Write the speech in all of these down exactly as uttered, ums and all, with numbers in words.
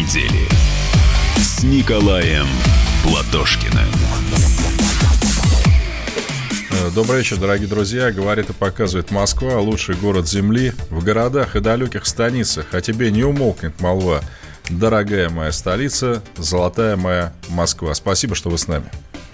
недели с Николаем Платошкиным. Добрый вечер, дорогие друзья. Говорит и показывает Москва, лучший город Земли. В городах и далеких станицах о тебе не умолкнет молва. Дорогая моя столица, золотая моя Москва. Спасибо, что вы с нами.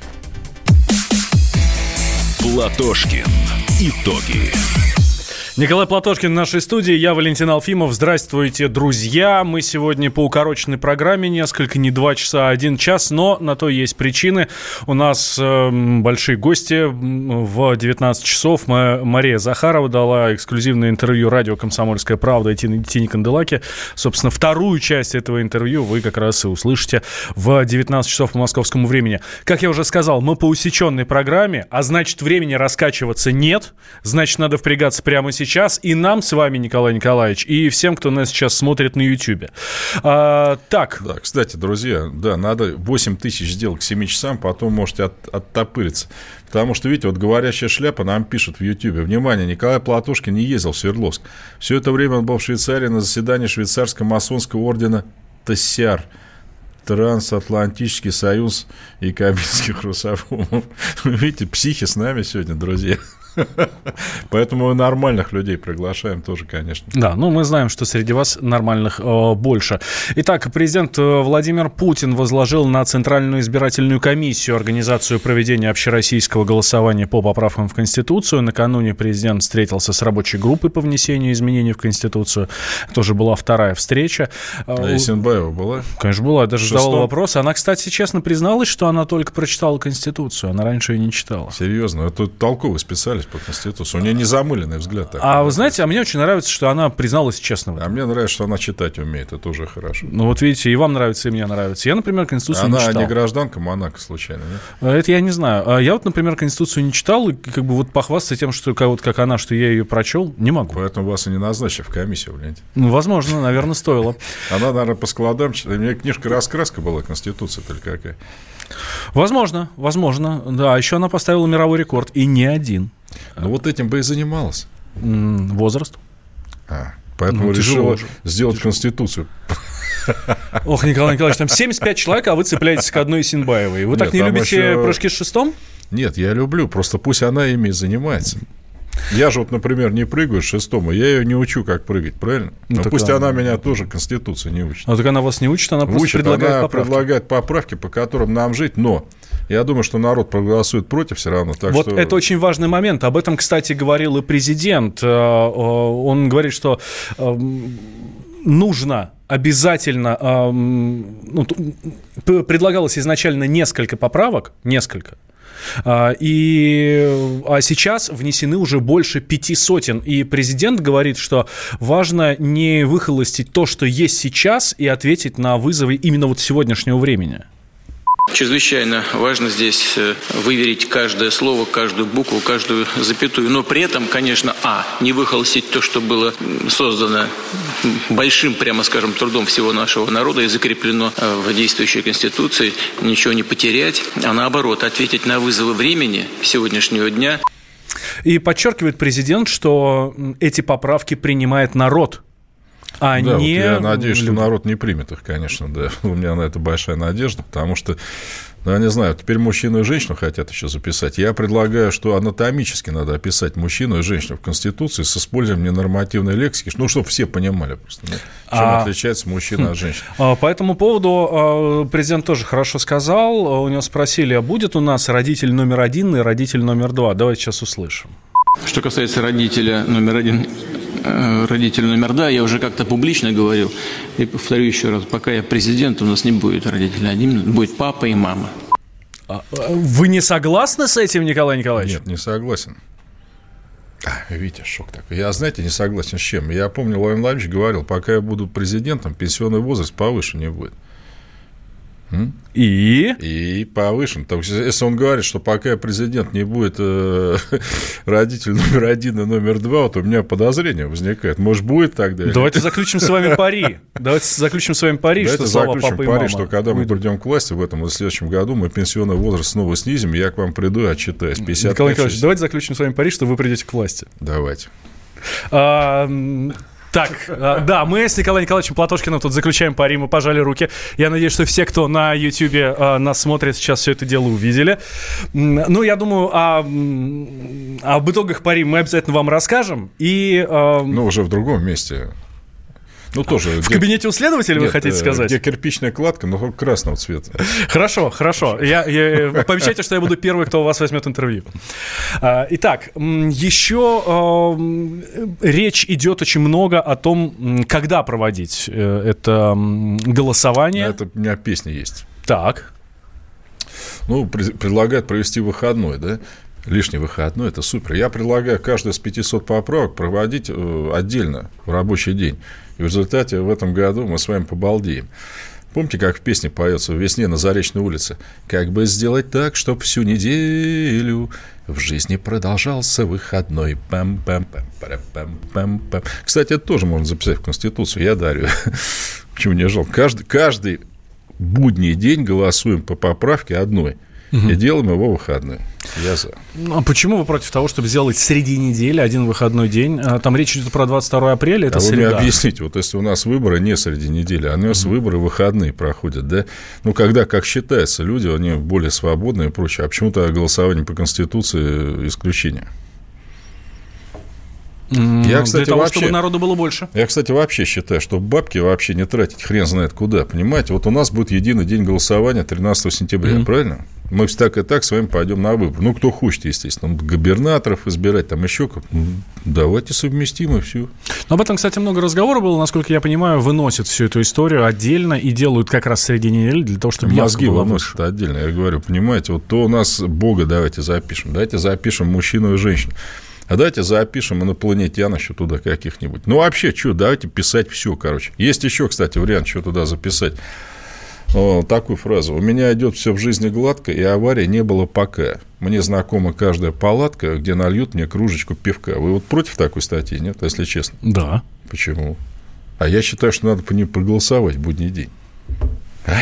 Платошкин. Итоги. Николай Платошкин в нашей студии, я Валентин Алфимов. Здравствуйте, друзья. Мы сегодня по укороченной программе, несколько, не два часа, а один час, но на то есть причины. У нас э, большие гости. В девятнадцать часов Мария Захарова дала эксклюзивное интервью радио «Комсомольская правда» и Тине Канделаки. Собственно, вторую часть этого интервью вы как раз и услышите в девятнадцать часов по московскому времени. Как я уже сказал, мы по усеченной программе, а значит, времени раскачиваться нет. Значит, надо впрягаться прямо сейчас. Сейчас и нам с вами, Николай Николаевич, и всем, кто нас сейчас смотрит на Ютьюбе. А, так. Да, кстати, друзья, да, надо восемь тысяч сделать к семи часам, потом можете от, оттопыриться. Потому что, видите, вот говорящая шляпа нам пишет в Ютьюбе. Внимание, Николай Платошкин не ездил в Свердловск. Все это время он был в Швейцарии на заседании швейцарского масонского ордена ТССР. Трансатлантический союз якобинских русофобов. Видите, психи с нами сегодня, друзья. Поэтому нормальных людей приглашаем тоже, конечно. Да, ну мы знаем, что среди вас нормальных э, больше. Итак, президент Владимир Путин возложил на Центральную избирательную комиссию организацию проведения общероссийского голосования по поправкам в Конституцию. Накануне президент встретился с рабочей группой по внесению изменений в Конституцию. Тоже была вторая встреча. А Есенбаева была? Конечно, была. Даже задавала вопрос. Она, кстати, честно призналась, что она только прочитала Конституцию. Она раньше ее не читала. Серьезно? Это толково специалист по Конституции. У нее незамыленный взгляд. Такой. А вы знаете, а мне очень нравится, что она призналась честно. А мне нравится, что она читать умеет. Это уже хорошо. Ну вот видите, и вам нравится, и мне нравится. Я, например, Конституцию она не читал. Она не гражданка Монако, случайно, нет? Это я не знаю. Я вот, например, Конституцию не читал, и как бы вот похвастаться тем, что вот как она, что я ее прочел, не могу. Поэтому вас и не назначили в комиссию, блядь. Ну, возможно, наверное, стоило. Она, наверное, по складам... У меня книжка «Раскраска» была, Конституция только какая. Возможно, возможно, да. Еще она поставила мировой рекорд, и не один. Ну, вот этим бы и занималась. Возраст. А, поэтому ну, решила сделать тяжело. Конституцию. Ох, Николай Николаевич, там семьдесят пять человек, а вы цепляетесь к одной Есенбаевой. Вы Нет, так не любите еще... прыжки с шестом? Нет, я люблю, просто пусть она ими и занимается. Я же вот, например, не прыгаю с шестом, и я ее не учу, как прыгать, правильно? Ну, пусть она... она меня тоже Конституции не учит. А так она вас не учит, она просто учит, предлагает она поправки. предлагает поправки, по которым нам жить, но я думаю, что народ проголосует против все равно. Так вот что... это очень важный момент. Об этом, кстати, говорил и президент. Он говорит, что нужно обязательно... Ну, предлагалось изначально несколько поправок, несколько. И, а сейчас внесены уже больше пяти сотен. И президент говорит, что важно не выхолостить то, что есть сейчас, и ответить на вызовы именно вот сегодняшнего времени. Чрезвычайно важно здесь выверить каждое слово, каждую букву, каждую запятую. Но при этом, конечно, а, не выхолостить то, что было создано большим, прямо скажем, трудом всего нашего народа и закреплено в действующей Конституции, ничего не потерять, а наоборот, ответить на вызовы времени сегодняшнего дня. И подчеркивает президент, что эти поправки принимает народ. А да, не... вот я надеюсь, что народ не примет их, конечно, да. У меня на это большая надежда, потому что, ну, я не знаю, теперь мужчину и женщину хотят еще записать. Я предлагаю, что анатомически надо описать мужчину и женщину в Конституции с использованием ненормативной лексики, ну, чтобы все понимали просто, да, чем а... отличается мужчина от женщины. По этому поводу президент тоже хорошо сказал. У него спросили, а будет у нас родитель номер один и родитель номер два? Давайте сейчас услышим. Что касается родителя номер один... родитель номер два, я уже как-то публично говорил, и повторю еще раз, пока я президент, у нас не будет родителя один, будет папа и мама. Вы не согласны с этим, Николай Николаевич? Нет, не согласен. А, видите, шок такой. Я, знаете, не согласен с чем. Я помню, Владимир Владимирович говорил, пока я буду президентом, пенсионный возраст повыше не будет. М? И? И повышен. То есть, если он говорит, что пока президент не будет э, родитель номер один и номер два, вот у меня подозрение возникает. Может, будет тогда? Давайте заключим с вами пари. Давайте заключим с вами пари, что слова папа и мама. Что когда мы придем к власти в этом и в следующем году, мы пенсионный возраст снова снизим, я к вам приду и отчитаюсь. пятьдесят пять, Николай Николаевич, давайте заключим с вами пари, что вы придете к власти. Давайте. А, Так, да, мы с Николаем Николаевичем Платошкиным тут заключаем пари, мы пожали руки. Я надеюсь, что все, кто на Ютьюбе нас смотрит, сейчас все это дело увидели. Ну, я думаю, о, об итогах пари мы обязательно вам расскажем. И, ну, уже в другом месте. Ну, тоже. В где... кабинете у следователя, Нет, вы хотите сказать? Где кирпичная кладка, но только красного цвета. Хорошо, хорошо. Я, я, пообещайте, что я буду первый, кто у вас возьмет интервью. Итак, еще речь идет очень много о том, когда проводить это голосование. Это у меня песня есть. Так. Ну, предлагают провести выходной, да? Лишний выходной, это супер. Я предлагаю каждую из пятисот поправок проводить отдельно в рабочий день. И в результате в этом году мы с вами побалдеем. Помните, как в песне поется «В весне на Заречной улице»? Как бы сделать так, чтобы всю неделю в жизни продолжался выходной. Пам-пам-пам-пам-пам-пам. Кстати, это тоже можно записать в Конституцию. Я дарю. Почему не жалко? Каждый, каждый будний день голосуем по поправке одной. Угу. И делаем его выходной. Я за. А почему вы против того, чтобы сделать среди недели один выходной день? Там речь идет про двадцать второе апреля, это а среда. Вы мне объясните, вот если у нас выборы не среди недели, а у нас угу. выборы выходные проходят, да? Ну, когда, как считается, люди, они более свободные и прочее. А почему-то голосование по Конституции исключение? Я, кстати, для того, вообще, чтобы народу было больше. Я, кстати, вообще считаю, что бабки вообще не тратить хрен знает куда, понимаете? Вот у нас будет единый день голосования тринадцатого сентября, mm-hmm. правильно? Мы так и так с вами пойдем на выбор. Ну, кто хочет, естественно, губернаторов избирать, там еще как. Ну, давайте совместим и все. Но об этом, кстати, много разговоров было, насколько я понимаю, выносят всю эту историю отдельно и делают как раз среди недели для того, чтобы мозги выносят отдельно, я говорю, понимаете, вот то у нас Бога давайте запишем, давайте запишем мужчину и женщину. А давайте запишем инопланетян еще туда каких-нибудь. Ну, вообще, что, давайте писать все, короче. Есть еще, кстати, вариант, что туда записать. О, такую фразу. У меня идет все в жизни гладко, и аварии не было пока. Мне знакома каждая палатка, где нальют мне кружечку пивка. Вы вот против такой статьи, нет, если честно? Да. Почему? А я считаю, что надо по ней проголосовать в будний день. А?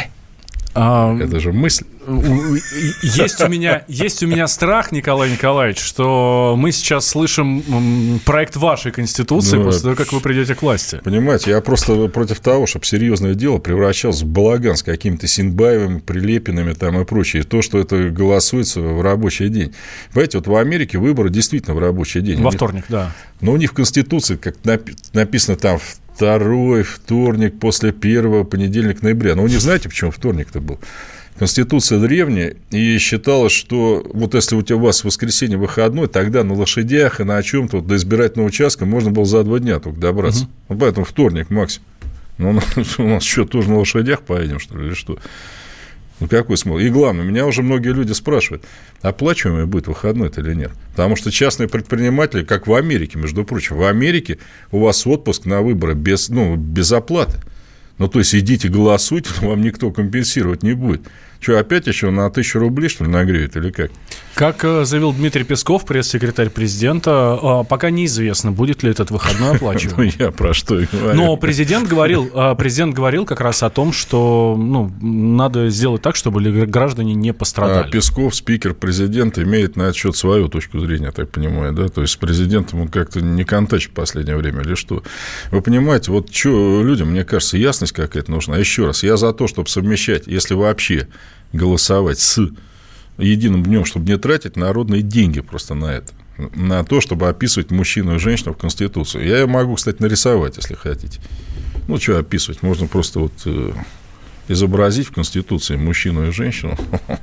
А, это же мысль. Есть у меня, есть у меня страх, Николай Николаевич, что мы сейчас слышим проект вашей Конституции ну, после того, как вы придете к власти. Понимаете, я просто против того, чтобы серьезное дело превращалось в балаган с какими-то Синбаевыми, Прилепиными там и прочее. То, что это голосуется в рабочий день. Понимаете, вот в Америке выборы действительно в рабочий день. Во вторник, да. Но у них в Конституции, как написано там, второй вторник после первого понедельника ноября. Но вы не знаете, почему вторник-то был? Конституция древняя, и считалось, что вот если у тебя у вас в воскресенье выходной, тогда на лошадях и на чем-то вот до избирательного участка можно было за два дня только добраться. Угу. Ну, поэтому вторник максимум. Ну, у нас, у нас что, тоже на лошадях поедем, что ли, или что? Ну, какой смысл? И главное, меня уже многие люди спрашивают, оплачиваемый будет выходной-то или нет? Потому что частные предприниматели, как в Америке, между прочим, в Америке у вас отпуск на выборы без, ну, без оплаты. Ну, то есть, идите голосуйте, вам никто компенсировать не будет. Что, опять еще на тысячу рублей, что ли, нагреют или как? Как заявил Дмитрий Песков, пресс-секретарь президента, пока неизвестно, будет ли этот выходной оплачиваем. Ну, я про что и говорю. Но президент говорил, президент говорил как раз о том, что ну, надо сделать так, чтобы граждане не пострадали. А Песков, спикер президента, имеет на этот счет свою точку зрения, я так понимаю, да? То есть, с президентом он как-то не контачит в последнее время или что? Вы понимаете, вот что людям, мне кажется, ясность какая-то нужна. Еще раз, я за то, чтобы совмещать, если вообще голосовать с единым днем, чтобы не тратить народные деньги просто на это, на то, чтобы описывать мужчину и женщину в Конституции. Я ее могу, кстати, нарисовать, если хотите. Ну, что описывать? Можно просто вот изобразить в Конституции мужчину и женщину,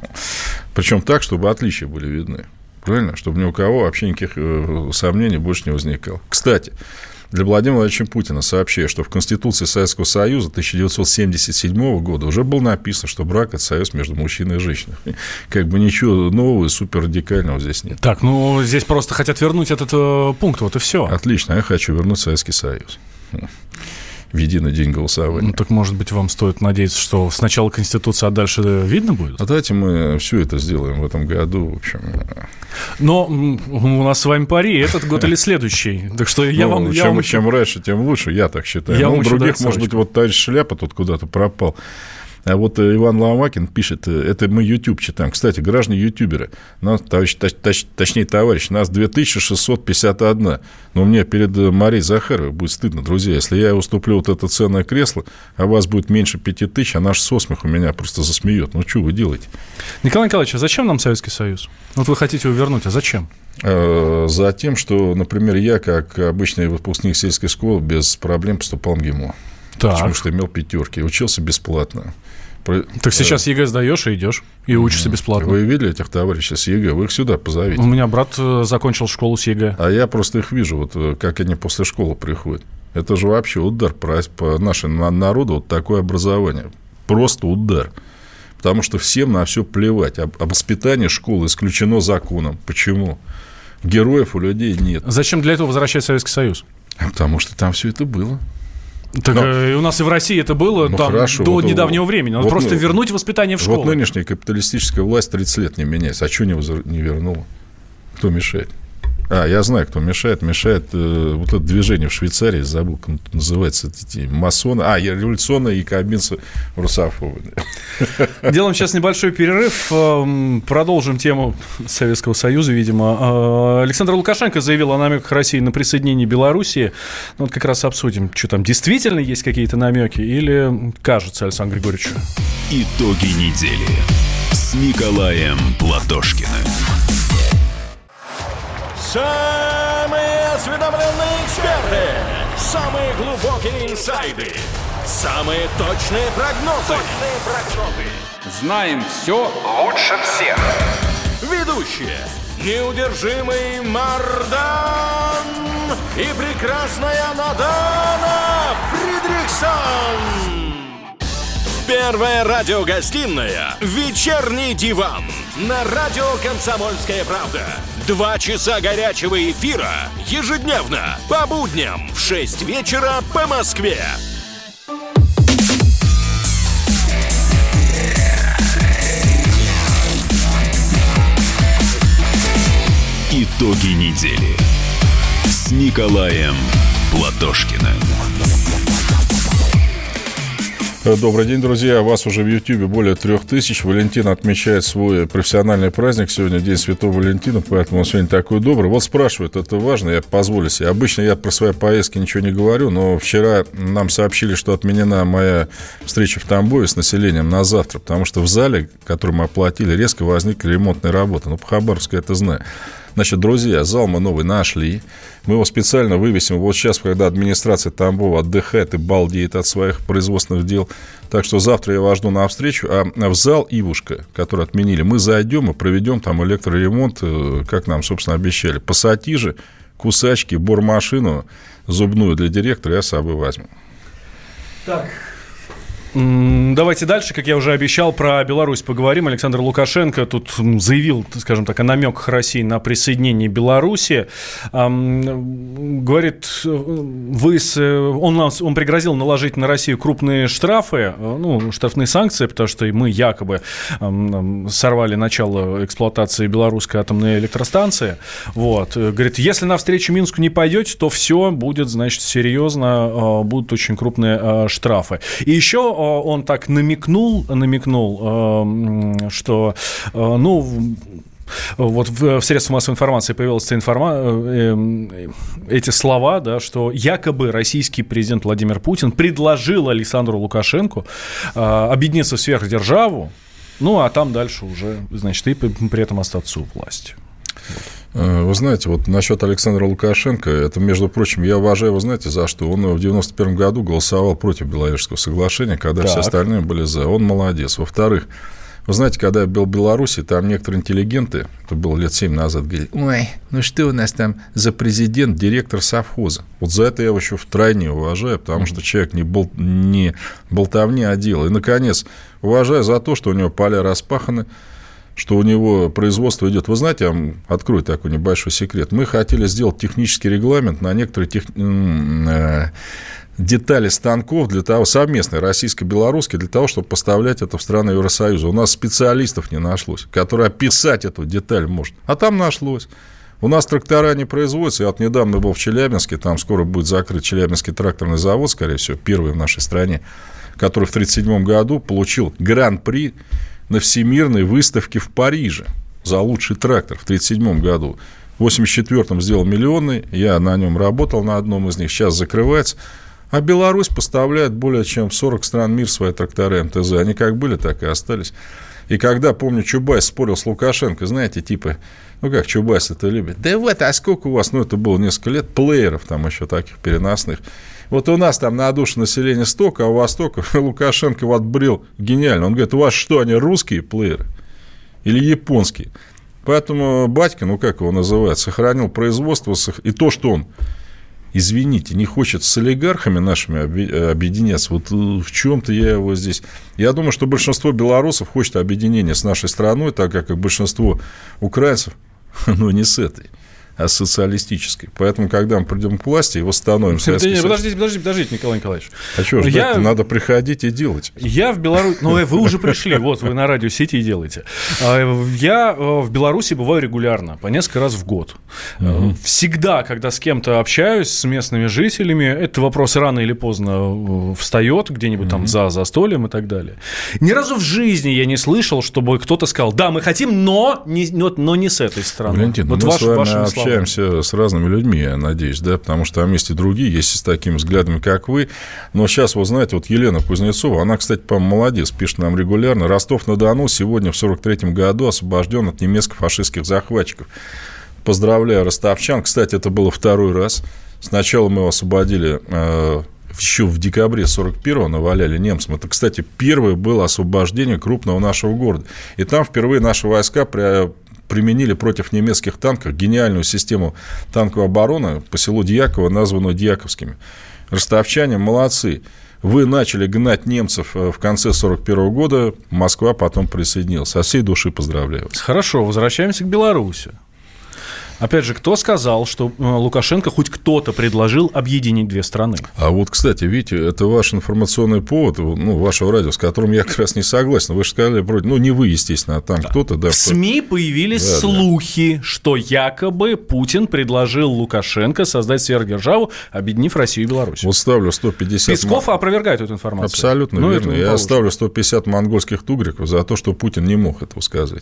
причем так, чтобы отличия были видны. Правильно? Чтобы ни у кого вообще никаких сомнений больше не возникало. Кстати, для Владимира Владимировича Путина сообщаю, что в Конституции Советского Союза тысяча девятьсот семьдесят седьмого года уже было написано, что брак – это союз между мужчиной и женщиной. Как бы ничего нового и суперрадикального здесь нет. Так, ну, здесь просто хотят вернуть этот э, пункт, вот и все. Отлично, я хочу вернуть Советский Союз в единый день голосования. Ну, так, может быть, вам стоит надеяться, что сначала Конституция, а дальше видно будет? А давайте мы все это сделаем в этом году, в общем. Но у нас с вами пари, этот год или следующий. Так что я ну, вам... Чем, я вам чем еще... раньше, тем лучше, я так считаю. Я ну, вам у других, еще, может быть, вот товарищ Шляпа тут куда-то пропал. А вот Иван Ломакин пишет, это мы YouTube читаем. Кстати, граждане ютуберы, нас, товарищ, точ, точ, точнее, товарищ, нас две тысячи шестьсот пятьдесят один. Но мне перед Марией Захаровой будет стыдно, друзья. Если я уступлю вот это ценное кресло, а вас будет меньше пяти тысяч, а наш со смеху меня просто засмеет. Ну, что вы делаете? Николай Николаевич, а зачем нам Советский Союз? Вот вы хотите его вернуть, а зачем? За тем, что, например, я, как обычный выпускник сельской школы, без проблем поступал в ГИМО. Так. Потому что имел пятерки, учился бесплатно. Так сейчас ЕГЭ сдаешь и идешь, и учишься бесплатно. Вы видели этих товарищей с ЕГЭ? Вы их сюда позовите. У меня брат закончил школу с ЕГЭ. А я просто их вижу, вот как они после школы приходят. Это же вообще удар по нашему народу, вот такое образование. Просто удар. Потому что всем на все плевать. Об воспитании школы исключено законом. Почему? Героев у людей нет. Зачем для этого возвращать Советский Союз? Потому что там все это было. Так но, у нас и в России это было ну, там, хорошо, до вот, недавнего времени. Надо вот, просто ну, вернуть воспитание в школу. Вот нынешняя капиталистическая власть тридцать лет не меняется. А что не, не вернула? Кто мешает? А, я знаю, кто мешает. Мешает э, вот это движение в Швейцарии, забыл, как называется, эти масоны. А, революционные якобинцы русофобы. Делаем сейчас небольшой перерыв. Продолжим тему Советского Союза, видимо. Александр Лукашенко заявил о намеках России на присоединение Белоруссии. Ну, вот как раз обсудим, что там действительно есть какие-то намеки или кажется Александру Григорьевичу. Итоги недели с Николаем Платошкиным. Самые осведомленные эксперты, самые глубокие инсайды, самые точные прогнозы. Точные прогнозы. Знаем все лучше всех. Ведущие: неудержимый Мардан и прекрасная Надана Фридрихсон. Первая радиогостинная «Вечерний диван» на радио «Комсомольская правда». Два часа горячего эфира ежедневно по будням в шесть вечера по Москве. Итоги недели с Николаем Платошкиным. Добрый день, друзья. Вас уже в Ютьюбе более трех тысяч. Валентин отмечает свой профессиональный праздник. Сегодня День Святого Валентина, поэтому он сегодня такой добрый. Вот спрашивают, это важно, я позволю себе. Обычно я про свои поездки ничего не говорю, но вчера нам сообщили, что отменена моя встреча в Тамбове с населением на завтра, потому что в зале, который мы оплатили, резко возникли ремонтные работы. Ну, по Хабаровску я это знаю. Значит, друзья, зал мы новый нашли. Мы его специально вывесим вот сейчас, когда администрация Тамбова отдыхает и балдеет от своих производственных дел. Так что завтра я вас жду на встречу. А в зал Ивушка, который отменили, мы зайдем и проведем там электроремонт, как нам, собственно, обещали. Пассатижи, кусачки, бормашину зубную для директора я с собой возьму. Так. Давайте дальше, как я уже обещал, про Беларусь поговорим. Александр Лукашенко тут заявил, скажем так, о намеках России на присоединение Беларуси. Говорит, вы с... он, он пригрозил наложить на Россию крупные штрафы, ну, штрафные санкции, потому что мы якобы сорвали начало эксплуатации белорусской атомной электростанции. Вот. Говорит, если навстречу Минску не пойдете, то все будет, значит, серьезно, будут очень крупные штрафы. И еще он так намекнул, намекнул, что, ну, вот в средствах массовой информации появилась информа... эти слова, да, что якобы российский президент Владимир Путин предложил Александру Лукашенко объединиться в сверхдержаву, ну, а там дальше уже, значит, и при этом остаться у власти. Вы знаете, вот насчет Александра Лукашенко, это, между прочим, я уважаю его, знаете, за что? Он в девяносто первом году голосовал против Беловежского соглашения, когда так. все остальные были за. Он молодец. Во-вторых, вы знаете, когда я был в Беларуси, там некоторые интеллигенты, это было лет семь назад, говорили, ой, ну что у нас там за президент, директор совхоза. Вот за это я его еще втройне уважаю, потому что человек не, бол... не болтовни, а дело. И, наконец, уважаю за то, что у него поля распаханы, что у него производство идет. Вы знаете, я вам открою такой небольшой секрет. Мы хотели сделать технический регламент на некоторые тех... детали станков для того, совместные российско-белорусские, для того, чтобы поставлять это в страны Евросоюза. У нас специалистов не нашлось, которые описать эту деталь может. А там нашлось. У нас трактора не производятся. Я вот недавно был в Челябинске, там скоро будет закрыт Челябинский тракторный завод, скорее всего, первый в нашей стране, который в тысяча девятьсот тридцать седьмом году получил гран-при на Всемирной выставке в Париже за лучший трактор в тысяча девятьсот тридцать седьмом году. В восемьдесят четвёртом сделал миллионный, я на нем работал на одном из них, сейчас закрывается. А Беларусь поставляет более чем в сорок стран мира свои трактора эм тэ зэ. Они как были, так и остались. И когда, помню, Чубайс спорил с Лукашенко, знаете, типа, ну как Чубайс это любит, да вот, а сколько у вас, ну это было несколько лет, плееров там еще таких переносных. Вот у нас там на душу населения столько, а у вас столько. Лукашенко вот брил гениально. Он говорит, у вас что, они русские плееры или японские? Поэтому батька, ну как его называют, сохранил производство, и то, что он, извините, не хочет с олигархами нашими объединяться, вот в чем-то я его здесь... Я думаю, что большинство белорусов хочет объединения с нашей страной, так как большинство украинцев, ну, не с этой, а социалистической. Поэтому, когда мы придем к власти и восстановим Советский Союз... Подождите, подождите, подождите, Николай Николаевич. А что ж, я... надо приходить и делать. Я в Беларуси... Ну, вы уже пришли, вот вы на радиосети и делаете. Я в Беларуси бываю регулярно, по несколько раз в год. Угу. Всегда, когда с кем-то общаюсь, с местными жителями, этот вопрос рано или поздно встает где-нибудь угу. там за застольем и так далее. Ни разу в жизни я не слышал, чтобы кто-то сказал, да, мы хотим, но не, но не с этой стороны. Валентин, вот мы ваш, с вами общаемся с разными людьми, я надеюсь, да, потому что там есть и другие, есть с такими взглядами, как вы. Но сейчас, вот знаете, вот Елена Кузнецова, она, кстати, по-моему, молодец, пишет нам регулярно. Ростов-на-Дону сегодня в сорок третьем году освобожден от немецко-фашистских захватчиков. Поздравляю ростовчан. Кстати, это было второй раз. Сначала мы его освободили э, еще в декабре сорок первого, наваляли немцам. Это, кстати, первое было освобождение крупного нашего города. И там впервые наши войска при применили против немецких танков гениальную систему танковой обороны по селу Дьяково, названную Дьяковскими. Ростовчане молодцы. Вы начали гнать немцев в конце сорок первого года, Москва потом присоединилась. Со всей души поздравляю вас. Хорошо, возвращаемся к Беларуси. Опять же, кто сказал, что Лукашенко хоть кто-то предложил объединить две страны? А вот, кстати, видите, это ваш информационный повод, ну, вашего радио, с которым я как раз не согласен. Вы же сказали против, ну, не вы, естественно, а там да. кто-то. Да, в СМИ появились да, слухи, да. что якобы Путин предложил Лукашенко создать сверхдержаву, объединив Россию и Беларусь. Вот ставлю сто пятьдесят... Песков опровергает эту информацию. Абсолютно Но верно. Я ставлю сто пятьдесят монгольских тугриков за то, что Путин не мог этого сказать.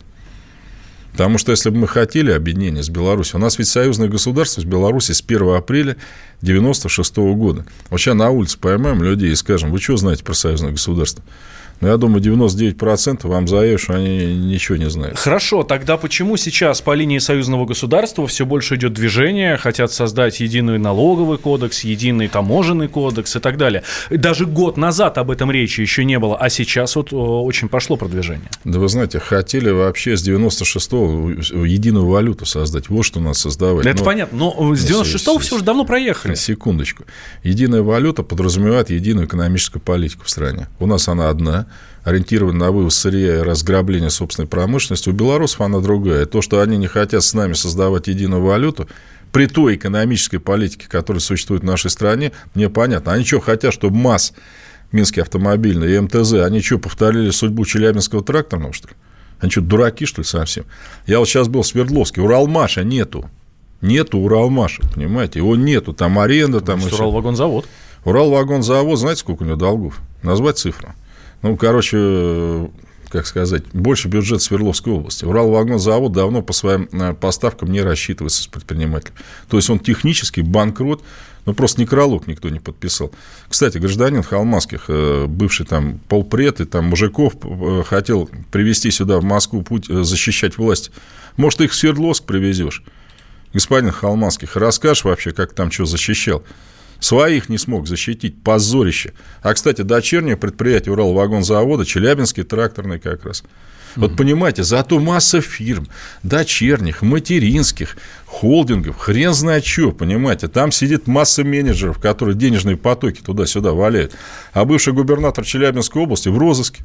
Потому что если бы мы хотели объединения с Беларусью, у нас ведь союзное государство с Беларусью с первого апреля девяносто шестого года. Вот сейчас на улице поймаем людей и скажем, вы что знаете про союзное государство? Но я думаю, девяносто девять процентов вам заявят, что они ничего не знают. Хорошо, тогда почему сейчас по линии союзного государства все больше идет движение, хотят создать единый налоговый кодекс, единый таможенный кодекс и так далее? Даже год назад об этом речи еще не было, а сейчас вот очень пошло продвижение. Да вы знаете, хотели вообще с девяносто шестого единую валюту создать. Вот что надо создавать. Это но... понятно, но с девяносто шестого все уже давно проехали. Секундочку. Единая валюта подразумевает единую экономическую политику в стране. У нас она одна, ориентирована на вывоз сырья и разграбление собственной промышленности. У белорусов она другая. То, что они не хотят с нами создавать единую валюту, при той экономической политике, которая существует в нашей стране, мне понятно. Они что, хотят, чтобы МАЗ, Минский автомобильный, и эм тэ зэ, они что, повторили судьбу Челябинского тракторного, что ли? Они что, дураки, что ли, совсем? Я вот сейчас был в Свердловске, Уралмаша нету. Нету Уралмаша, понимаете? Его нету, там аренда. Там Уралвагонзавод. Уралвагонзавод, знаете, сколько у него долгов? Назвать цифру. Ну, короче, как сказать, больше бюджет Свердловской области. Уралвагонзавод давно по своим поставкам не рассчитывается с предпринимателем. То есть он технически банкрот, но просто некролог никто не подписал. Кстати, гражданин Холманских, бывший там полпред и там мужиков, хотел привезти сюда в Москву путь защищать власть. Может, их в Свердловск привезешь? Господин Холманских, расскажешь вообще, как там что защищал? Своих не смог защитить, позорище. А, кстати, дочернее предприятие Уралвагонзавода, Челябинский тракторный как раз. Вот mm-hmm. понимаете, зато масса фирм, дочерних, материнских, холдингов, хрен знает что, понимаете. Там сидит масса менеджеров, которые денежные потоки туда-сюда валяют. А бывший губернатор Челябинской области в розыске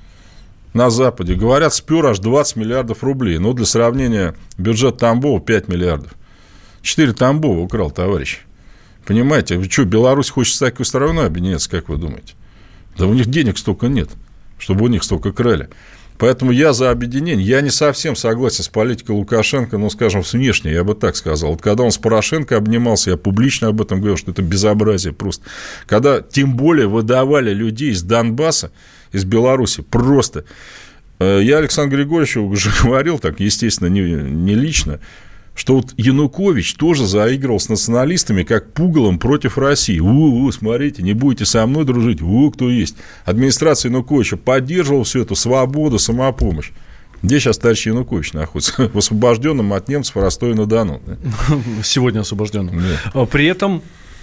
на Западе. Говорят, спер аж двадцать миллиардов рублей. Ну, для сравнения, бюджет Тамбова пять миллиардов. Четыре Тамбова украл, товарищ. Понимаете, вы что, Беларусь хочет с такой стороной объединяться, как вы думаете? Да у них денег столько нет, чтобы у них столько крали. Поэтому я за объединение. Я не совсем согласен с политикой Лукашенко, ну, скажем, внешне, я бы так сказал. Вот когда он с Порошенко обнимался, я публично об этом говорил, что это безобразие просто. Когда, тем более, выдавали людей из Донбасса, из Беларуси, просто. Я Александру Григорьевичу уже говорил, так, естественно, не, не лично, что вот Янукович тоже заигрывал с националистами как пугалом против России. У-у, смотрите, не будете со мной дружить, у, кто есть. Администрация Януковича поддерживала всю эту свободу, самопомощь. Где сейчас товарищ Янукович находится? В освобожденном от немцев Ростове-на-Дону. Сегодня освобожденном. Да. При этом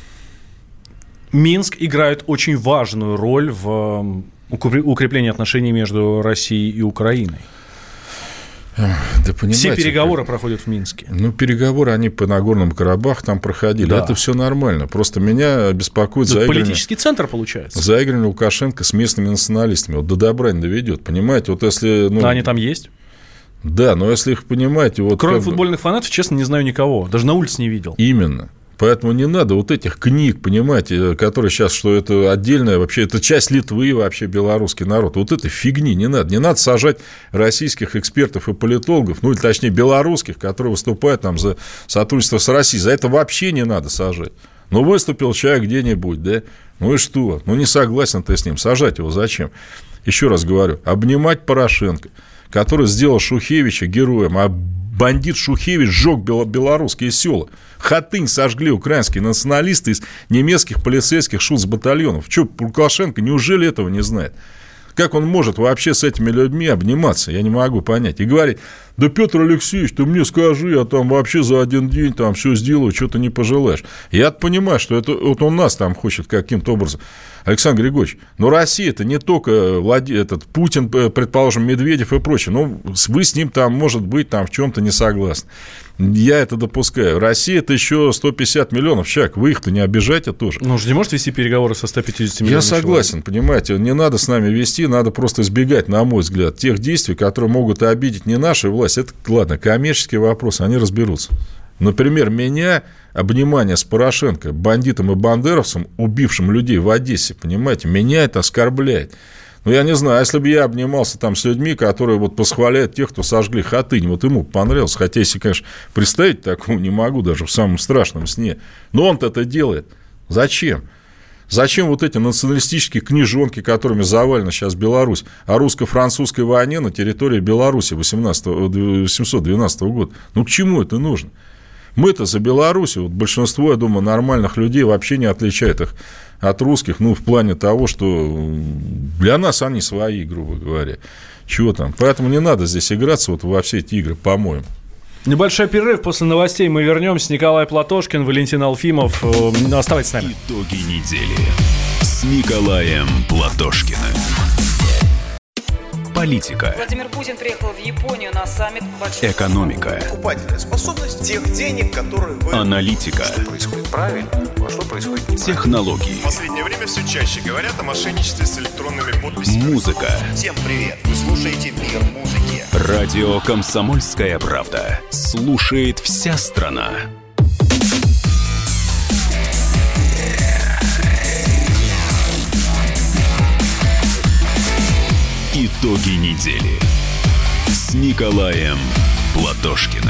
Минск играет очень важную роль в укреплении отношений между Россией и Украиной. Да, все переговоры проходят в Минске. Ну, переговоры, они по Нагорному Карабаху там проходили. Да. Это все нормально. Просто меня беспокоит это заигрывание... политический центр, получается. Заигрывание Лукашенко с местными националистами. Вот до добра не доведет, понимаете? Вот если... Ну... А они там есть? Да, но если их понимаете... Вот кроме как... футбольных фанатов, честно, не знаю никого. Даже на улице не видел. Именно. Поэтому не надо вот этих книг, понимаете, которые сейчас, что это отдельная, вообще, это часть Литвы, вообще белорусский народ. Вот этой фигни не надо. Не надо сажать российских экспертов и политологов, ну, или точнее, белорусских, которые выступают там за сотрудничество с Россией. За это вообще не надо сажать. Ну, выступил человек где-нибудь, да, ну и что? Ну, не согласен ты с ним, сажать его зачем? Еще раз говорю, обнимать Порошенко, который сделал Шухевича героем, а бандит Шухевич сжег белорусские села. Хатынь сожгли украинские националисты из немецких полицейских шуцбатальонов. Что, Лукашенко неужели этого не знает? Как он может вообще с этими людьми обниматься? Я не могу понять. И говорит, да, Петр Алексеевич, ты мне скажи, я там вообще за один день там все сделаю, что ты не пожелаешь. Я понимаю, что это, вот он нас там хочет каким-то образом. Александр Григорьевич, но Россия это не только Влади... этот Путин, предположим, Медведев и прочее. Ну, вы с ним там, может быть, там в чем-то не согласны. Я это допускаю. Россия это еще сто пятьдесят миллионов человек. Вы их-то не обижайте тоже. Ну, же не может вести переговоры со ста пятьюдесятью миллионами человек. Я согласен, человек. Понимаете, не надо с нами вести, надо просто избегать, на мой взгляд, тех действий, которые могут обидеть не нашу власть. Это, ладно, коммерческие вопросы, они разберутся. Например, меня обнимание с Порошенко, бандитом и бандеровцем, убившим людей в Одессе, понимаете, меня это оскорбляет. Ну, я не знаю, а если бы я обнимался там с людьми, которые вот восхваляют тех, кто сожгли Хатынь, вот ему понравилось, хотя, если, конечно, представить такого не могу даже в самом страшном сне, но он-то это делает. Зачем? Зачем вот эти националистические книжонки, которыми завалена сейчас Беларусь, о русско-французской войне на территории Беларуси восемьсот двенадцатого года? Ну, к чему это нужно? Мы-то за Белоруссию, вот большинство, я думаю, нормальных людей вообще не отличает их от русских, ну, в плане того, что для нас они свои, грубо говоря. Чего там? Поэтому не надо здесь играться вот во все эти игры, по-моему. Небольшой перерыв, после новостей мы вернемся. Николай Платошкин, Валентин Алфимов. Оставайтесь с нами. Итоги недели с Николаем Платошкиным. Политика. Владимир Путин приехал в Японию на саммит большой... Экономика. Покупательная способность тех денег, которые вы... Аналитика. Что происходит правильно, а что происходит неправильно. Технологии. В последнее время все чаще говорят о мошенничестве с электронными подписями. Музыка. Всем привет! Вы слушаете «Мир музыки». Радио «Комсомольская правда». Слушает вся страна. Итоги недели с Николаем Платошкиным.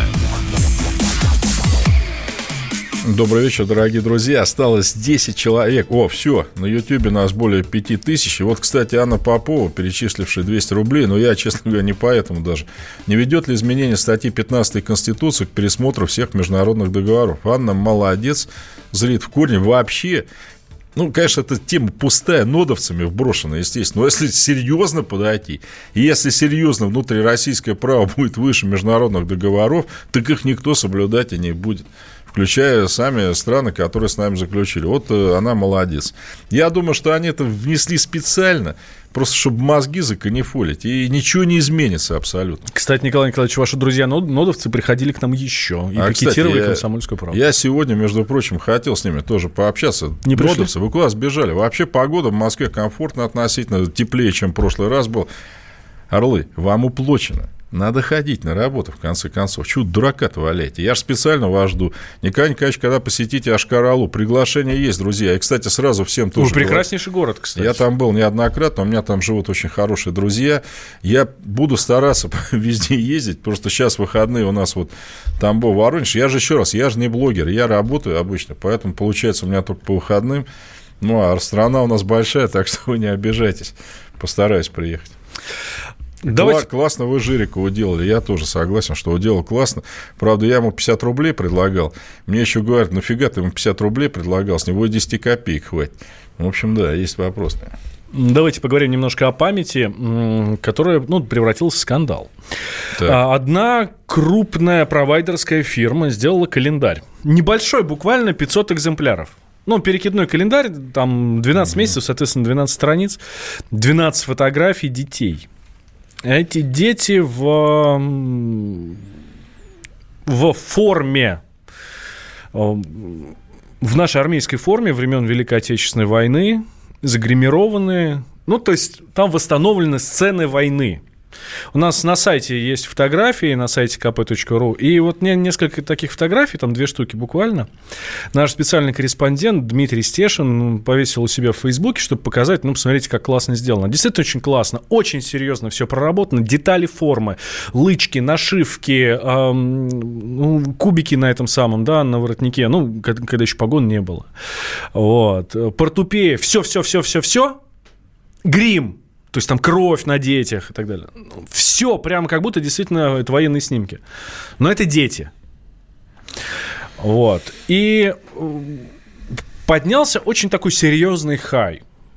Добрый вечер, дорогие друзья. Осталось десять человек. О, все, на Ютьюбе нас более пяти тысяч. И вот, кстати, Анна Попова, перечислившая двести рублей, но я, честно говоря, не поэтому даже. Не ведет ли изменение статьи пятнадцатой Конституции к пересмотру всех международных договоров? Анна молодец, зрит в корне вообще. Ну, конечно, эта тема пустая, нодовцами вброшена, естественно. Но если серьезно подойти, и если серьезно внутрироссийское право будет выше международных договоров, так их никто соблюдать и не будет. Включая сами страны, которые с нами заключили. Вот она молодец. Я думаю, что они это внесли специально, просто чтобы мозги законефолить, и ничего не изменится абсолютно. Кстати, Николай Николаевич, ваши друзья-нодовцы приходили к нам еще и а, пикетировали кстати, «Комсомольскую правду». Я сегодня, между прочим, хотел с ними тоже пообщаться. Не пришли? Нодовцы, вы куда сбежали? Вообще погода в Москве комфортно относительно, теплее, чем в прошлый раз был. Орлы, вам уплочено. Надо ходить на работу, в конце концов. Чего дурака-то валяете? Я же специально вас жду. Николай Николаевич, когда посетите Йошкар-Олу, приглашение есть, друзья. И, кстати, сразу всем тоже... Ой, прекраснейший город, кстати. Я там был неоднократно, у меня там живут очень хорошие друзья. Я буду стараться везде ездить, просто сейчас выходные у нас вот Тамбов, Воронеж. Я же еще раз, я же не блогер, я работаю обычно, поэтому получается у меня только по выходным. Ну, а страна у нас большая, так что вы не обижайтесь. Постараюсь приехать. Давайте... Классно вы Жирикову делали, я тоже согласен, что делал классно. Правда, я ему пятьдесят рублей предлагал. Мне еще говорят, нафига ты ему пятьдесят рублей предлагал, с него и десять копеек хватит. В общем, да, есть вопрос. Давайте поговорим немножко о памяти, которая, ну, превратилась в скандал. Так. Одна крупная провайдерская фирма сделала календарь. Небольшой, буквально пятьсот экземпляров. Ну, перекидной календарь, там двенадцать mm-hmm. месяцев, соответственно, двенадцать страниц, двенадцать фотографий детей. Эти дети в, в форме, в нашей армейской форме времен Великой Отечественной войны, загримированные, ну, то есть там восстановлены сцены войны. У нас на сайте есть фотографии, на сайте ка пэ точка ру, и вот несколько таких фотографий, там две штуки буквально, наш специальный корреспондент Дмитрий Стешин повесил у себя в Фейсбуке, чтобы показать, ну, посмотрите, как классно сделано. Действительно очень классно, очень серьезно все проработано, детали формы, лычки, нашивки, эм, ну, кубики на этом самом, да, на воротнике, ну, когда, когда еще погон не было. Вот. Портупея, все-все-все-все-все, грим. То есть там кровь на детях и так далее. Все прямо как будто действительно это военные снимки. Но это дети. Вот. И поднялся очень такой серьезный хай.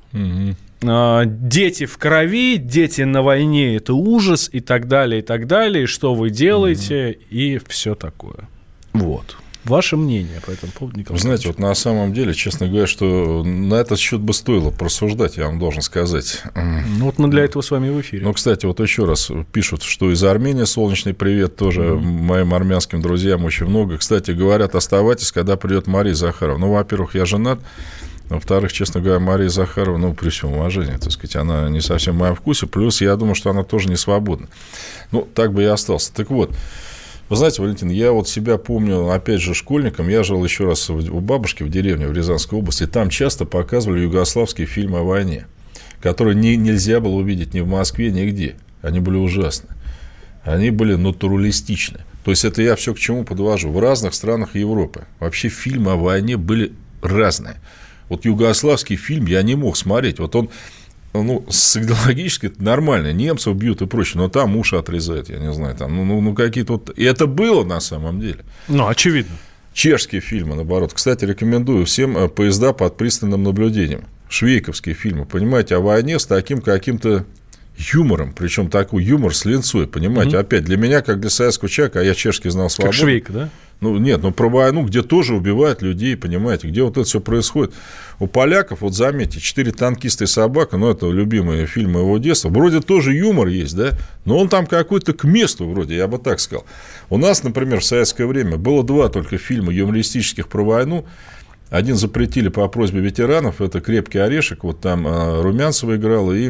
Mm-hmm. Дети в крови, дети на войне – это ужас и так далее, и так далее. Что вы делаете? Mm-hmm. И все такое. Вот. Ваше мнение по этому поводу, Николай? Вы знаете, вот на самом деле, честно говоря, что на этот счет бы стоило просуждать, я вам должен сказать. Ну, вот мы для этого с вами в эфире. Ну, кстати, вот еще раз пишут, что из Армении солнечный привет тоже mm-hmm. моим армянским друзьям очень много. Кстати, говорят, оставайтесь, когда придет Мария Захарова. Ну, во-первых, я женат. Во-вторых, честно говоря, Мария Захарова, ну, при всем уважении, так сказать, она не совсем в моем вкусе. Плюс, я думаю, что она тоже не свободна. Ну, так бы и остался. Так вот. Вы знаете, Валентин, я вот себя помню, опять же, школьником. Я жил еще раз у бабушки в деревне в Рязанской области. Там часто показывали югославские фильмы о войне, которые не, нельзя было увидеть ни в Москве, нигде. Они были ужасны. Они были натуралистичны. То есть, это я все к чему подвожу. В разных странах Европы вообще фильмы о войне были разные. Вот югославский фильм я не мог смотреть. Вот он... Ну, с идеологически это нормально, немцев бьют и прочее, но там уши отрезают, я не знаю, там, ну, ну, какие-то вот... И это было на самом деле. Ну, очевидно. Чешские фильмы, наоборот. Кстати, рекомендую всем поезда под пристальным наблюдением. Швейковские фильмы, понимаете, о войне с таким каким-то юмором, причем такой юмор с линцой, понимаете. Mm-hmm. Опять, для меня, как для советского человека, а я чешский знал свободу. Как Швейк, да? Ну, нет, ну, про войну, где тоже убивают людей, понимаете, где вот это все происходит. У поляков, вот заметьте, «Четыре танкиста и собака», ну, это любимый фильм моего детства, вроде тоже юмор есть, да, но он там какой-то к месту вроде, я бы так сказал. У нас, например, в советское время было два только фильма юмористических про войну. Один запретили по просьбе ветеранов, это «Крепкий орешек», вот там э, Румянцева играла и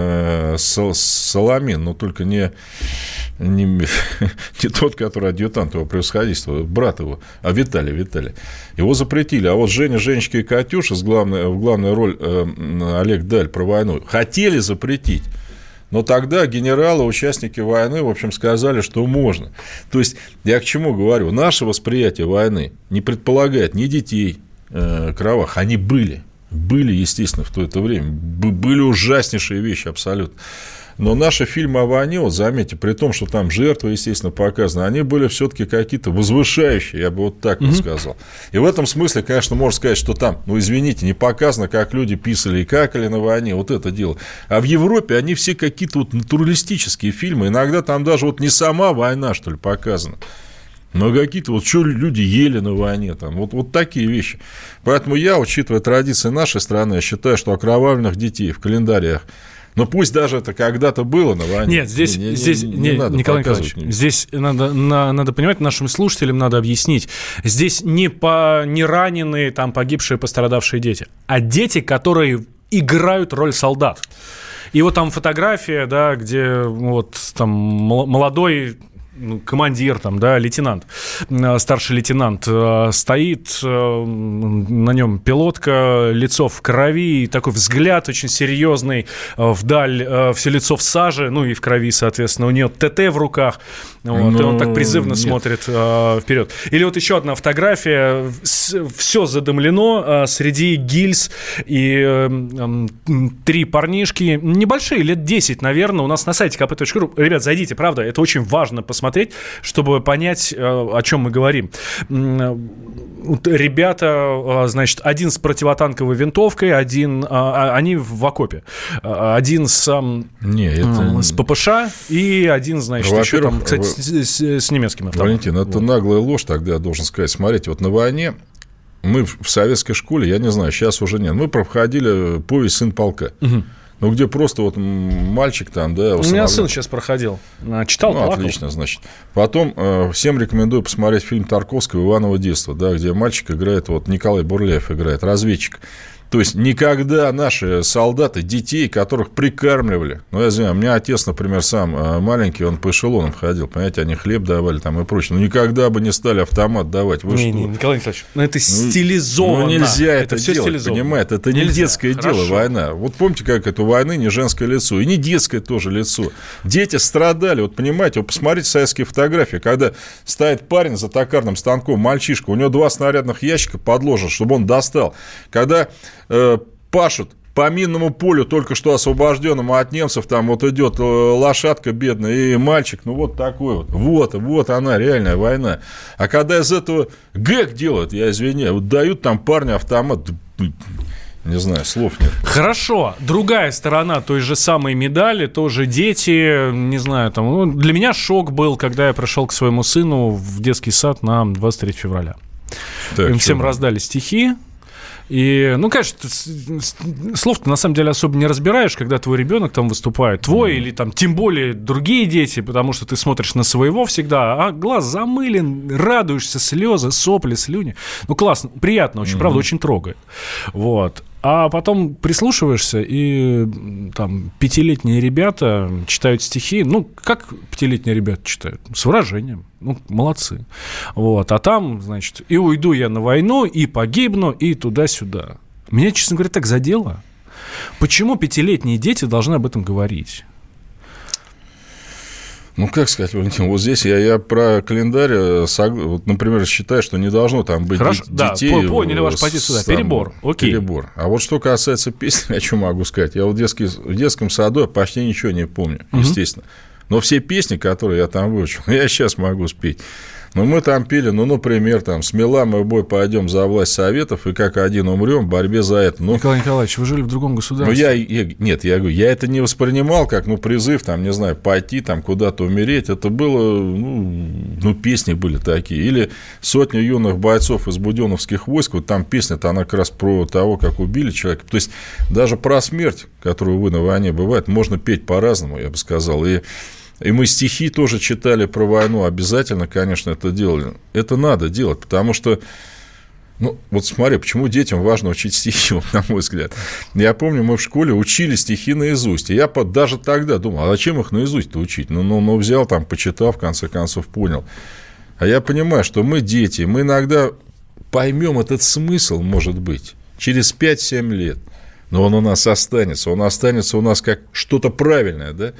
э, Соломин, но только не, не, не тот, который адъютант его превосходительства, брат его, а Виталий, Виталий. Его запретили, а вот Женя, Женечка и Катюша, с главной, в главную роль э, Олег Даль про войну, хотели запретить. Но тогда генералы, участники войны, в общем, сказали, что можно. То есть, я к чему говорю? Наше восприятие войны не предполагает ни детей, кровах, они были, были, естественно, в то это время, были ужаснейшие вещи абсолютно, но наши фильмы о войне, вот заметьте, при том, что там жертвы, естественно, показаны, они были все-таки какие-то возвышающие, я бы вот так mm-hmm. вот сказал, и в этом смысле, конечно, можно сказать, что там, ну, извините, не показано, как люди писали и какали на войне, вот это дело, а в Европе они все какие-то вот натуралистические фильмы, иногда там даже вот не сама война, что ли, показана, но какие-то вот что люди ели на войне, там, вот, вот такие вещи. Поэтому я, учитывая традиции нашей страны, я считаю, что окровавленных детей в календариях, но пусть даже это когда-то было на войне. Нет, здесь, не, здесь не, не, не надо Николай Николаевич, здесь надо, на, надо понимать, нашим слушателям надо объяснить, здесь не, по, не раненые, там, погибшие, пострадавшие дети, а дети, которые играют роль солдат. И вот там фотография, да, где вот там молодой командир, там, да, лейтенант, старший лейтенант стоит, на нем пилотка, лицо в крови, такой взгляд очень серьезный, вдаль, все лицо в саже, ну и в крови, соответственно, у нее ТТ в руках, вот, и он так призывно нет. смотрит вперед. Или вот еще одна фотография, все задымлено, среди гильз и три парнишки, небольшие, лет десять, наверное, у нас на сайте ка пэ точка ру. Ребят, зайдите, правда, это очень важно посмотреть, чтобы понять, о чем мы говорим. Ребята, значит, один с противотанковой винтовкой, один, они в окопе, один с, Не, это... с ППШ и один, значит, еще там, кстати, вы... с, с немецким автоматом. Валентин, это вот. Наглая ложь, тогда я должен сказать. Смотрите, вот на войне мы в советской школе, я не знаю, сейчас уже нет, мы проходили повесть «Сын полка». Угу. Ну, где просто вот мальчик там, да... У меня сын сейчас проходил. Читал, ну, плакал. Отлично, значит. Потом э, всем рекомендую посмотреть фильм Тарковского «Иваново детство», да, где мальчик играет, вот Николай Бурляев играет, разведчик. То есть, никогда наши солдаты, детей, которых прикармливали... Ну, я знаю, у меня отец, например, сам маленький, он по эшелонам ходил, понимаете, они хлеб давали там и прочее. Ну, никогда бы не стали автомат давать. Вы не, не, Николай Николаевич, ну, это стилизовано. Ну, нельзя это, это все делать, понимаете? Это нельзя. Не детское Хорошо. дело, война. Вот помните, как это у войны не женское лицо, и не детское тоже лицо. Дети страдали, вот понимаете, вот посмотрите советские фотографии, когда стоит парень за токарным станком, мальчишка, у него два снарядных ящика подложено, чтобы он достал. Когда... пашут по минному полю, только что освобожденному от немцев, там вот идет лошадка бедная и мальчик, ну вот такой вот, вот, вот она, реальная война. А когда из этого гэг делают, я извиняюсь, вот дают там парню автомат, не знаю, слов нет. Хорошо, другая сторона той же самой медали, тоже дети, не знаю, там, ну, для меня шок был, когда я пришел к своему сыну в детский сад на двадцать третьего февраля. Так, им всем раздали стихи. И, ну, конечно, слов-то на самом деле особо не разбираешь, когда твой ребенок там выступает, твой mm-hmm. или там тем более другие дети, потому что ты смотришь на своего всегда, а глаз замылен, радуешься, слезы, сопли, слюни. Ну, классно, приятно очень, mm-hmm. правда, очень трогает. Вот. А потом прислушиваешься, и там пятилетние ребята читают стихи. Ну, как пятилетние ребята читают? С выражением. Ну, молодцы. Вот. А там, значит, и уйду я на войну, и погибну, и туда-сюда. Меня, честно говоря, так задело. Почему пятилетние дети должны об этом говорить? Ну, как сказать, Валентин, вот здесь я, я про календарь, вот, например, считаю, что не должно там быть Хорошо, ди- да, детей. Поняли вашу позицию, да, перебор. Окей. Перебор. А вот что касается песни, о чем могу сказать. Я вот в, детский, в детском саду почти ничего не помню, угу. естественно. Но все песни, которые я там выучил, я сейчас могу спеть. Но мы там пели, ну, например, там, смела мы в бой пойдем за власть советов, и как один умрем в борьбе за это. Ну, Николай Николаевич, вы жили в другом государстве. Ну, я, я, нет, я говорю, я это не воспринимал как, ну, призыв, там, не знаю, пойти, там, куда-то умереть. Это было, ну, ну, песни были такие. Или «Сотни юных бойцов из буденовских войск», вот там песня-то, она как раз про того, как убили человека. То есть, даже про смерть, которую, увы, на войне бывает, можно петь по-разному, я бы сказал. И И мы стихи тоже читали про войну, обязательно, конечно, это делали. Это надо делать, потому что, ну, вот смотри, почему детям важно учить стихи, вот, на мой взгляд. Я помню, мы в школе учили стихи наизусть, и я даже тогда думал, а зачем их наизусть-то учить? Ну, ну, ну, взял там, почитал, в конце концов, понял. А я понимаю, что мы дети, мы иногда поймем этот смысл, может быть, через пять-семь лет, но он у нас останется, он останется у нас как что-то правильное, да?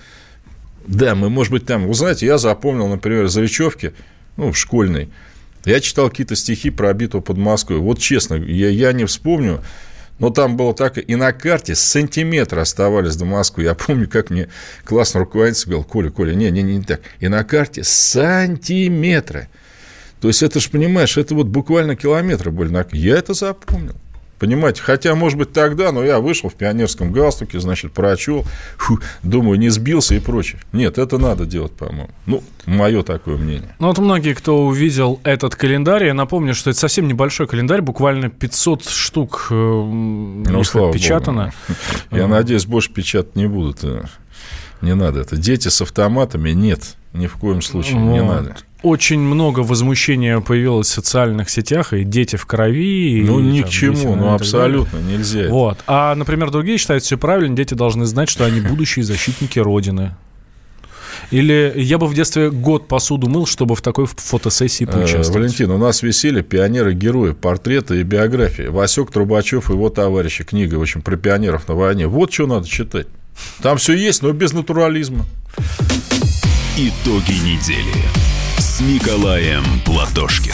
Да, мы, может быть, там... Вы знаете, я запомнил, например, из Речевки, ну, в школьной, я читал какие-то стихи про битву под Москвой. Вот честно, я, я не вспомню, но там было так... И на карте сантиметры оставались до Москвы. Я помню, как мне классный руководитель говорил: Коля, Коля, не, не, не так. И на карте сантиметры. То есть, это же, понимаешь, это вот буквально километры были. Я это запомнил. Понимаете, хотя, может быть, тогда, но я вышел в пионерском галстуке, значит, прочел, фу, думаю, не сбился и прочее. Нет, это надо делать, по-моему. Ну, мое такое мнение. Ну, вот многие, кто увидел этот календарь, я напомню, что это совсем небольшой календарь, буквально пятьсот штук э, ну, отпечатано. Я надеюсь, больше печатать не будут. Не надо это. Дети с автоматами нет. Ни в коем случае, вот. Не надо. очень много возмущения появилось в социальных сетях, и дети в крови. Ну, и, ни там, к чему, дети, ну, абсолютно нельзя. Вот. А, например, другие считают все правильно, дети должны знать, что они будущие защитники Родины. Или я бы в детстве год посуду мыл, чтобы в такой фотосессии поучаствовать. Валентин, у нас висели пионеры-герои, портреты и биографии. Васек Трубачев и его товарищи. Книга, в общем, про пионеров на войне. Вот что надо читать. Там все есть, но без натурализма. Итоги недели с Николаем Платошкиным.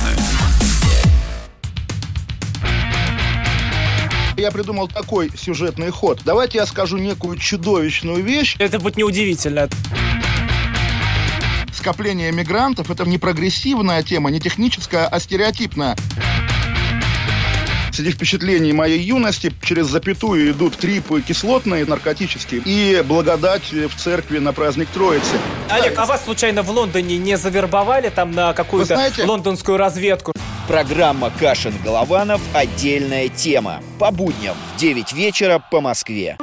Я придумал такой сюжетный ход. Давайте я скажу некую чудовищную вещь. Это будет неудивительно. Скопление мигрантов – это не прогрессивная тема, не техническая, а стереотипная. Среди впечатлений моей юности через запятую идут трипы кислотные, наркотические, и благодать в церкви на праздник Троицы. Олег, а вас случайно в Лондоне не завербовали там на какую-то знаете... лондонскую разведку? Программа Кашин-Голованов «Отдельная тема». По будням в девять вечера по Москве.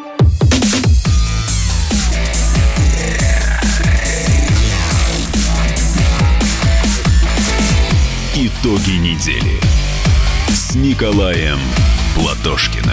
Итоги недели с Николаем Платошкиным.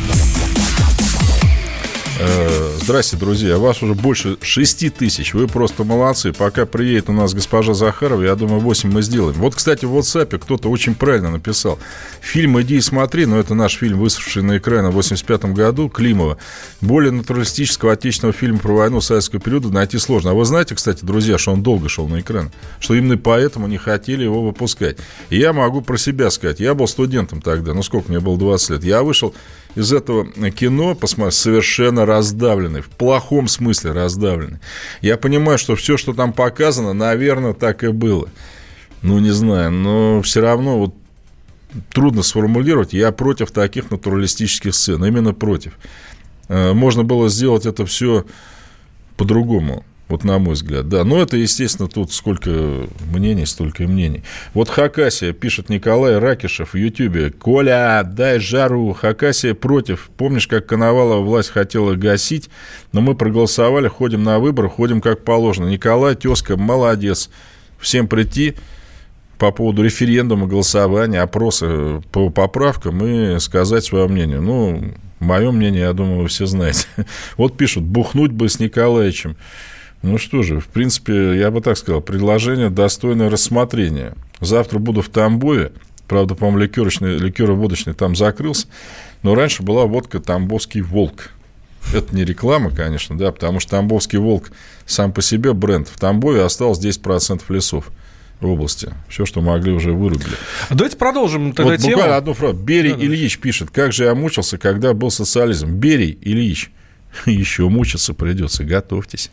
Здрасте, друзья. Вас уже больше шести тысяч. Вы просто молодцы. Пока приедет у нас госпожа Захарова, я думаю, восемь мы сделаем. Вот, кстати, в WhatsApp кто-то очень правильно написал. Фильм «Иди и смотри», но это наш фильм, вышедший на экраны в восемьдесят пятом году, Климова. Более натуралистического отечественного фильма про войну советского периода найти сложно. А вы знаете, кстати, друзья, что он долго шел на экран? Что именно поэтому не хотели его выпускать. И я могу про себя сказать. Я был студентом тогда, ну сколько мне было, двадцать лет. Я вышел из этого кино, посмотрите, совершенно раздавленный, в плохом смысле раздавленный. Я понимаю, что все, что там показано, наверное, так и было. Ну, не знаю, но все равно вот трудно сформулировать. Я против таких натуралистических сцен, именно против. Можно было сделать это все по-другому. Вот на мой взгляд, да. Но это, естественно, тут сколько мнений, столько и мнений. Вот Хакасия, пишет Николай Ракишев в Ютьюбе. Коля, дай жару. Хакасия против. Помнишь, как Коновалова власть хотела гасить, но мы проголосовали, ходим на выборы, ходим как положено. Николай, тезка, молодец. Всем прийти по поводу референдума, голосования, опроса по поправкам и сказать свое мнение. Ну, мое мнение, я думаю, вы все знаете. Вот пишут, бухнуть бы с Николаевичем. Ну что же, в принципе, я бы так сказал, предложение достойное рассмотрения. Завтра буду в Тамбове. Правда, по-моему, ликерочный, ликероводочный там закрылся. Но раньше была водка «Тамбовский волк». Это не реклама, конечно, да, потому что «Тамбовский волк» сам по себе бренд. В Тамбове осталось десять процентов лесов в области. Все, что могли, уже вырубили. Давайте продолжим тогда вот тему. Буквально одну фразу. Берий да, Ильич да. пишет. Как же я мучился, когда был социализм. Берий Ильич. Еще мучиться придется. Готовьтесь.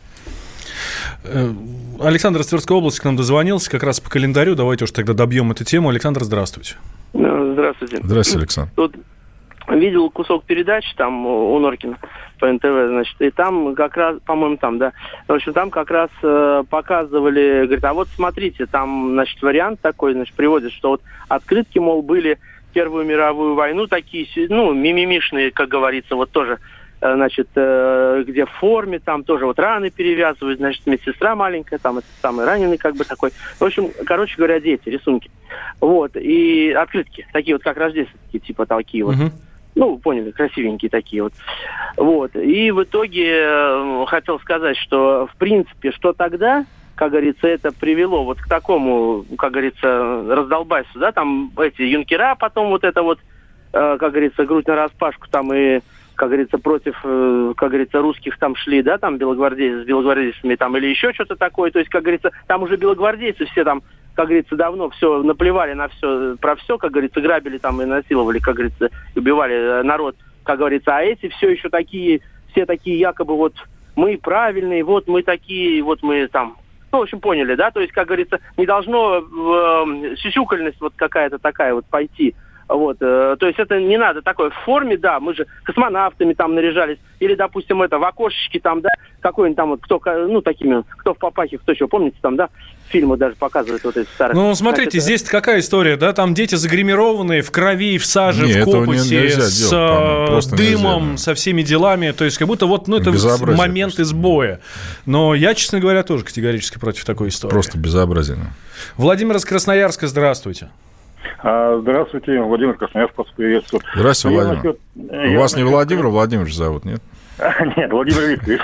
Александр из Тверской области к нам дозвонился как раз по календарю. Давайте уж тогда добьем эту тему. Александр, здравствуйте. Здравствуйте. Здравствуйте, Александр. Тут видел кусок передач там у Норкина по эн тэ вэ, значит, и там как раз, по-моему, там, да, в общем, там как раз э, показывали, говорит, а вот смотрите, там, значит, вариант такой, значит, приводит, что вот открытки, мол, были Первую мировую войну такие, ну, мимимишные, как говорится, вот тоже, значит, где в форме, там тоже вот раны перевязывают, значит, медсестра маленькая, там это самый раненый как бы такой. В общем, короче говоря, дети, рисунки. Вот, и открытки, такие вот как рождественские, типа такие вот. Uh-huh. Ну, поняли, красивенькие такие вот. Вот, и в итоге э, хотел сказать, что, в принципе, что тогда, как говорится, это привело вот к такому, как говорится, раздолбайству, да, там эти юнкера, потом вот это вот, э, как говорится, грудь нараспашку там и, как говорится, против, э, как говорится, русских там шли, да, там белогвардейцы с белогвардейцами там или еще что-то такое, то есть, как говорится, там уже белогвардейцы все там, как говорится, давно все наплевали на все, про все, как говорится, грабили там и насиловали, как говорится, убивали народ, как говорится, а эти все еще такие, все такие якобы вот мы правильные, вот мы такие, вот мы там, ну, в общем, поняли, да, то есть, как говорится, не должно э, сюсюкальность вот какая-то такая вот пойти Вот, э, то есть это не надо такое в форме, да, мы же космонавтами там наряжались, или, допустим, это в окошечке там, да, какой-нибудь там вот, кто, ну, такими, кто в папахе, кто что, помните, там, да, фильмы даже показывают вот эти старые. Ну, смотрите, Значит, здесь какая история, да, там дети загримированные в крови, в саже, не, в копоте, с делать, дымом, нельзя, со всеми делами, то есть как будто вот, ну, это момент просто. Избоя. Но я, честно говоря, тоже категорически против такой истории. Просто безобразие. Владимир из Красноярска, здравствуйте. Здравствуйте, Владимир Красноярск, вас приветствует. Здравствуйте, Владимир. Насчет... У я вас насчет... не Владимир Владимирович зовут, нет? Нет, Владимир Викторович.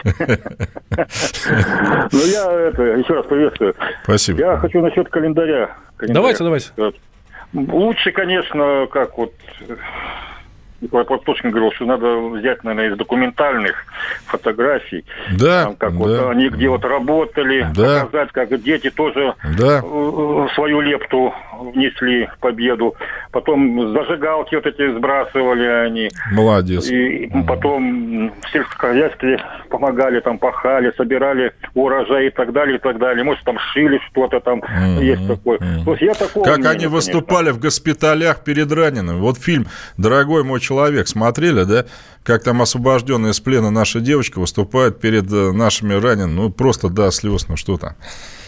Ну, я это, еще раз приветствую. Спасибо. Я хочу насчет календаря. Давайте, давайте. Лучше, конечно, как вот... Николай Платошкин говорил, что надо взять, наверное, из документальных фотографий, да, там, как да, вот они где вот работали, да, показать, как дети тоже да. свою лепту внесли в победу. Потом зажигалки вот эти сбрасывали они. Молодец. И mm-hmm. потом в сельском хозяйстве помогали, там пахали, собирали урожай и так далее, и так далее. Может, там шили что-то там, mm-hmm. есть такое. Mm-hmm. То есть я такого как мнения, они выступали конечно. В госпиталях перед ранеными. Вот фильм «Дорогой мой человек» Человек смотрели, да, как там освобожденная из плена наша девочка выступает перед нашими ранеными, ну, просто до слез, ну, что там.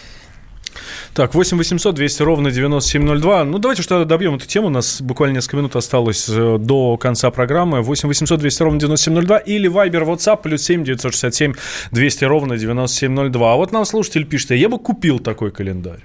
Так, восемь восемьсот двести ровно девяносто семь ноль два. Ну, давайте что-то добьем эту тему. У нас буквально несколько минут осталось до конца программы. восемь восемьсот двести ровно девяносто семь ноль два или Viber, WhatsApp, плюс семь девятьсот шестьдесят семь двести ровно девяносто семь ноль два. А вот нам слушатель пишет, я бы купил такой календарь.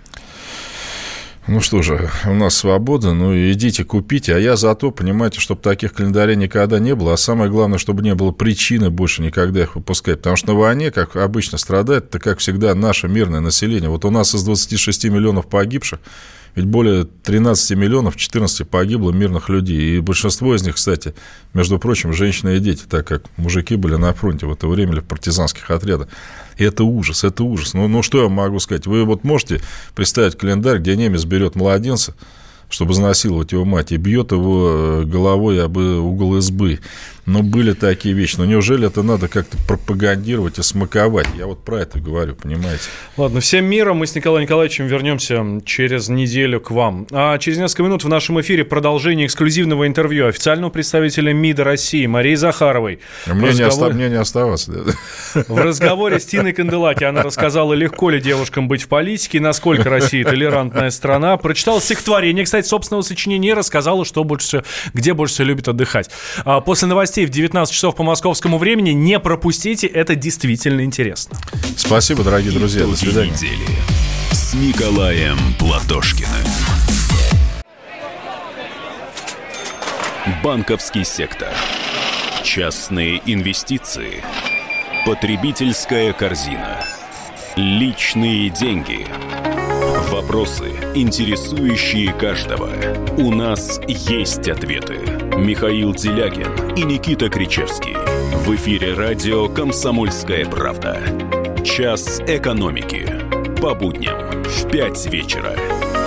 Ну что же, у нас свобода, ну идите купите, а я за то, понимаете, чтобы таких календарей никогда не было, а самое главное, чтобы не было причины больше никогда их выпускать, потому что на войне, как обычно, страдает, это, как всегда, наше мирное население. Вот у нас из двадцати шести миллионов погибших, ведь более тринадцати миллионов, четырнадцати погибло мирных людей, и большинство из них, кстати, между прочим, женщины и дети, так как мужики были на фронте в это время или в партизанских отрядах. И это ужас, это ужас. Ну, ну, что я могу сказать? Вы вот можете представить календарь, где немец берет младенца, чтобы изнасиловать его мать, и бьет его головой об угол избы. Но были такие вещи. Но неужели это надо как-то пропагандировать и смаковать? Я вот про это говорю, понимаете? Ладно, всем миром. Мы с Николаем Николаевичем вернемся через неделю к вам. А через несколько минут в нашем эфире продолжение эксклюзивного интервью официального представителя МИДа России Марии Захаровой. Мне, разговор... не, оста... Мне не оставаться. Да. В разговоре с Тиной Канделаки она рассказала, легко ли девушкам быть в политике, насколько Россия толерантная страна. Прочитала стихотворение, кстати, собственного сочинения, рассказала, что больше всего, где больше всего любит отдыхать. А после новостей в девятнадцать часов по московскому времени не пропустите, это действительно интересно. Спасибо, дорогие друзья, до свидания. Недели с Николаем Платошкиным. Банковский сектор, частные инвестиции, потребительская корзина, личные деньги. Вопросы, интересующие каждого. У нас есть ответы. Михаил Делягин и Никита Кричевский. В эфире радио «Комсомольская правда». Час экономики. По будням в пять вечера.